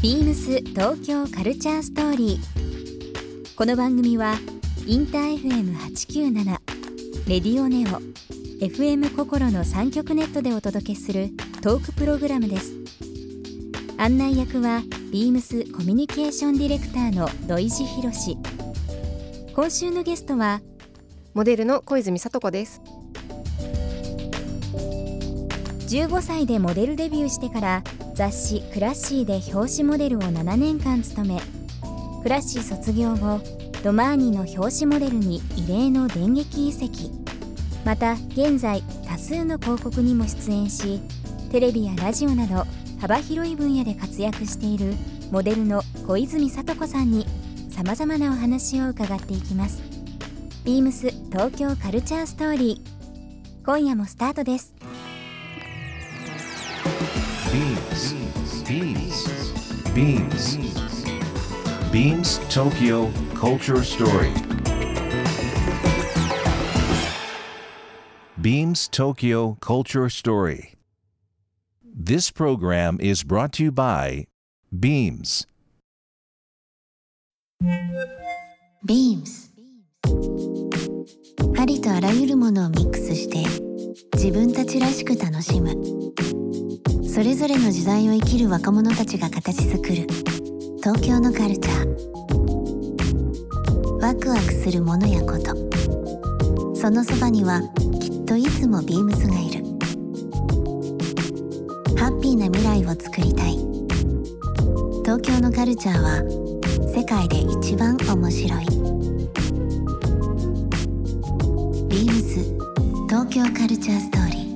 ビームス東京カルチャーストーリー。この番組はインター FM897 レディオネオ FM 心の3極ネットでお届けするトークプログラムです。案内役はビームスコミュニケーションディレクターの土井博志。今週のゲストはモデルの小泉聡子です。 15歳でモデルデビューしてから雑誌クラッシーで表紙モデルを7年間務め、クラッシー卒業後ドマーニの表紙モデルに異例の電撃移籍。また現在多数の広告にも出演し、テレビやラジオなど幅広い分野で活躍しているモデルの小泉聡子さんにさまざまなお話を伺っていきます。ビームス東京カルチャーストーリー、今夜もスタートです。 Beams Tokyo Culture Story. Beams Tokyo Culture Story. This program is brought to you by Beams. Beams ありとあらゆるものをミックスして自分たちらしく楽しむ、それぞれの時代を生きる若者たちが形作る東京のカルチャー。ワクワクするものやこと、そのそばにはきっといつもビームスがいる。ハッピーな未来を作りたい。東京のカルチャーは世界で一番面白い。ビームス東京カルチャーストーリー。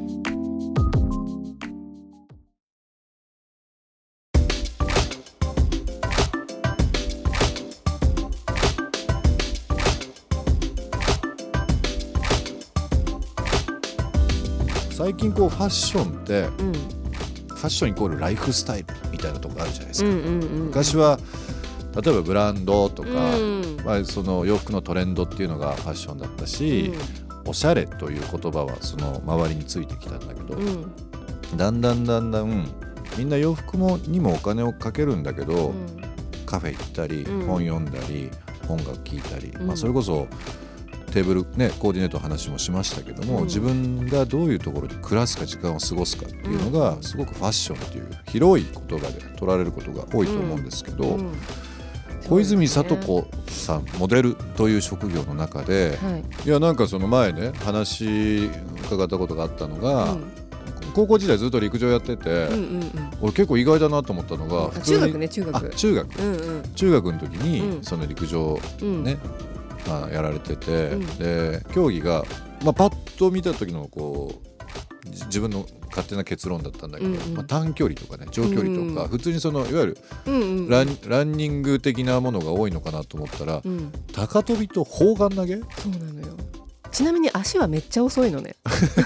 最近こうファッションって、ファッションイコールライフスタイルみたいなところあるじゃないですか。昔は例えばブランドとか、その洋服のトレンドっていうのがファッションだったし、おしゃれという言葉はその周りについてきたんだけど、だんだんみんな洋服にもお金をかけるんだけど、カフェ行ったり、本読んだり音楽聴いたり、それこそテーブルね、コーディネートの話もしましたけども、自分がどういうところで暮らすか時間を過ごすかっていうのがすごくファッションっていう広い言葉で取られることが多いと思うんですけど、小泉聡子さんモデルという職業の中で、いやなんかその前ね話伺ったことがあったのが、高校時代ずっと陸上やってて、俺結構意外だなと思ったのが、 中学の時にその陸上ね、やられてて、で競技が、パッと見た時のこう自分の勝手な結論だったんだけど、短距離とかね、長距離とか、普通にそのいわゆるランニング的なものが多いのかなと思ったら、高跳びと砲丸投げ。 そうなのよ。ちなみに足はめっちゃ遅いのね。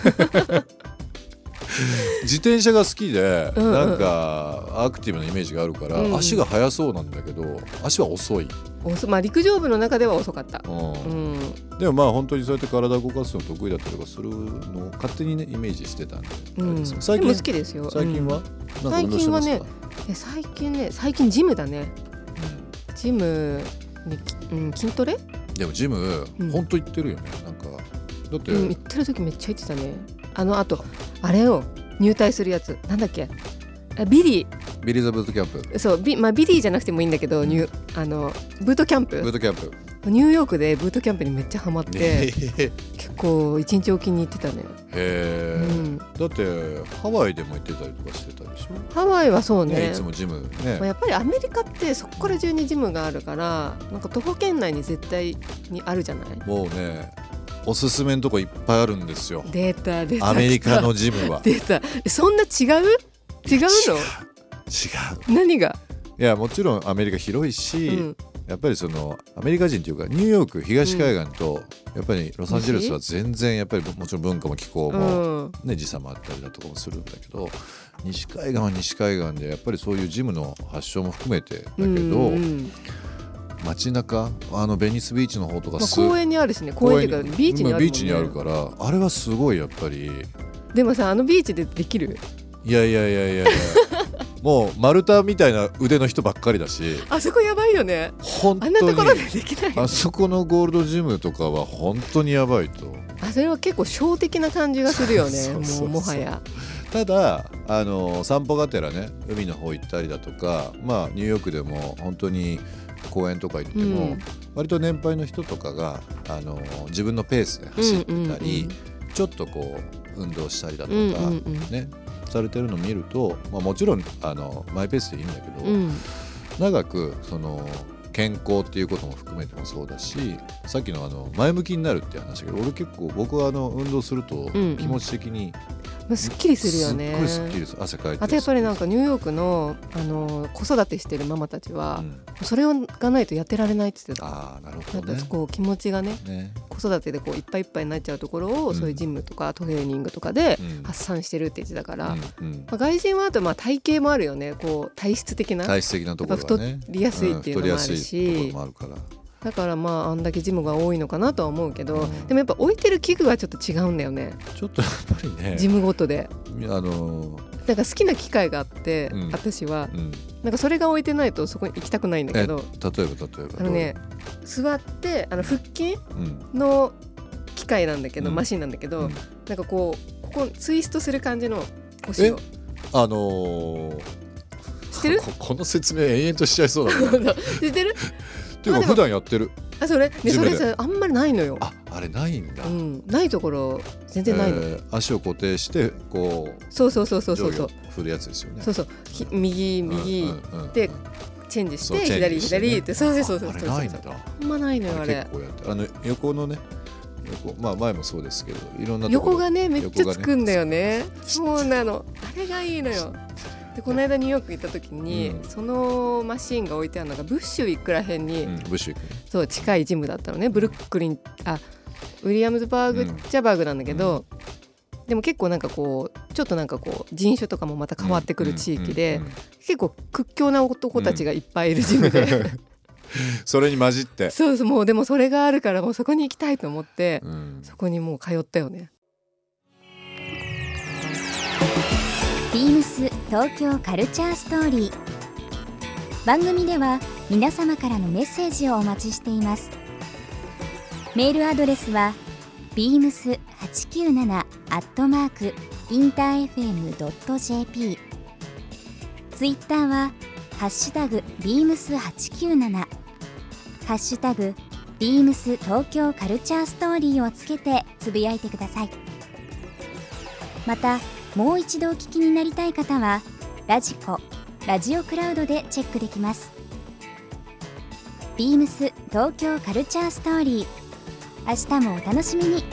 自転車が好きで、なんかアクティブなイメージがあるから、足が速そうなんだけど足は遅い。 陸上部の中では遅かった。 でも本当にそうやって体を動かすの得意だったりとかするのを勝手にねイメージしてたんで、 最近でも好きですよ。 最近は、 最近はね、最近ジムだね。ジムに、筋トレ。でもジム、本当行ってるよね。なんかだって、 行ってる時めっちゃ行ってたね。あとあれを入隊するやつなんだっけ、ビリーザブートキャンプ。 そう、ビリーじゃなくてもいいんだけど、ブートキャンプ。ニューヨークでブートキャンプにめっちゃハマって、結構一日おきに行ってたね。 だってハワイでも行ってたりとかしてたでしょ。 ハワイはそうね、 いつもジムね。 やっぱりアメリカってそこから中にジムがあるから、なんか徒歩圏内に絶対にあるじゃない。もうね、おすすめのとこいっぱいあるんですよ。 出たアメリカのジムは。 出た。そんな違うの？ 違う。 何が？ いやもちろんアメリカ広いし、やっぱりそのアメリカ人というかニューヨーク東海岸と、やっぱりロサンゼルスは全然やっぱりもちろん文化も気候も、時差もあったりだとかもするんだけど、西海岸は西海岸でやっぱりそういうジムの発祥も含めてだけど、街中ベニスビーチの方とか、 公園にあるしね。公園っていうかビーチにあるもんね。 ビーチにあるから、あれはすごいやっぱり。 でもさ、ビーチでできる？ いやもう丸太みたいな腕の人ばっかりだし、 あそこやばいよね。 本当にあんなところでできない。 あそこのゴールドジムとかは本当にやばいと。 それは結構小的な感じがするよね。 そうそうそうそう、 もうもはや。 ただ散歩がてらね、海の方行ったりだとか、まあニューヨークでも本当に公園とか行っても、割と年配の人とかが自分のペースで走ってたり、ちょっとこう運動したりだとか、ね、されてるのを見ると、まあ、もちろんマイペースでいいんだけど、長くその健康っていうことも含めてもそうだし、さっきの前向きになるっていう話だけど、俺結構僕は運動すると気持ち的にすっきりするよね。 すっごいすっきりする。汗かいて。 あとやっぱりなんかニューヨークの子育てしてるママたちは、それがないとやってられないって言ってた。 ああ、なるほどね。 なんかこう気持ちがね、子育てでこういっぱいいっぱいになっちゃうところを、そういうジムとかトレーニングとかで発散してるって言ってたから、まあ、外人はあとまあ体型もあるよね。こう体質的なところがね、 太りやすいっていうのもあるし、だからまああんだけジムが多いのかなとは思うけど、でもやっぱ置いてる器具はちょっと違うんだよね。 ちょっとやっぱりね、 ジムごとでなんか好きな機械があって、私は、なんかそれが置いてないとそこに行きたくないんだけど、 例えばね、座って腹筋の機械なんだけど、マシンなんだけど、なんかここツイストする感じの腰を知ってる？ この説明延々としちゃいそうだね。 知ってる？ ていうか普段やってる。 それあんまりないのよ。 あれないんだ。 ないところ全然ないの。 足を固定してこうそう振るやつですよね。 そう右でチェンジして左って、そうあれないんだ。 あんまないのよあれ。 結構やって横のね、まあ前もそうですけど、いろんな横がねめっちゃつくんだよね。そうなの。あれがいいのよ。でこの間ニューヨーク行った時に、そのマシンが置いてあるのがブッシュウィックらへんに、そう近いジムだったのね。ブルックリンウィリアムズバーグっちゃバーグなんだけど、でも結構なんかこうちょっとなんかこう人種とかもまた変わってくる地域で、結構屈強な男たちがいっぱいいるジムで、 それに混じってそうもうでもそれがあるからもうそこに行きたいと思って、そこにもう通ったよね。 ビームス東京カルチャーストーリー。番組では皆様からのメッセージをお待ちしています。メールアドレスは beams897@interfm.jp、 ツイッターはハッシュタグ beams897、 ハッシュタグ beams 東京カルチャーストーリーをつけてつぶやいてください。またもう一度お聞きになりたい方はラジコ、ラジオクラウドでチェックできます。ビームス東京カルチャーストーリー、明日もお楽しみに。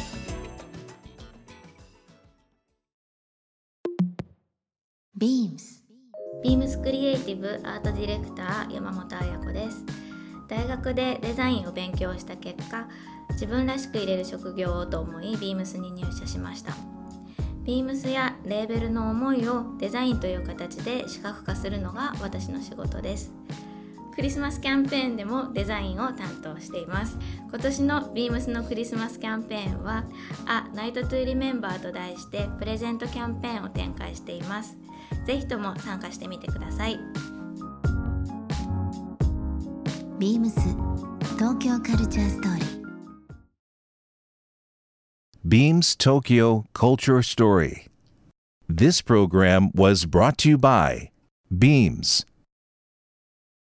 ビームスクリエイティブアートディレクター山本彩子です。大学でデザインを勉強した結果、自分らしく入れる職業をと思いビームスに入社しました。ビームスやレーベルの思いをデザインという形で視覚化するのが私の仕事です。クリスマスキャンペーンでもデザインを担当しています。今年のビームスのクリスマスキャンペーンはA Night to Rememberと題してプレゼントキャンペーンを展開しています。ぜひとも参加してみてください。 ビームス東京カルチャーストーリー。 Beams Tokyo Culture Story. This program was brought to you by Beams.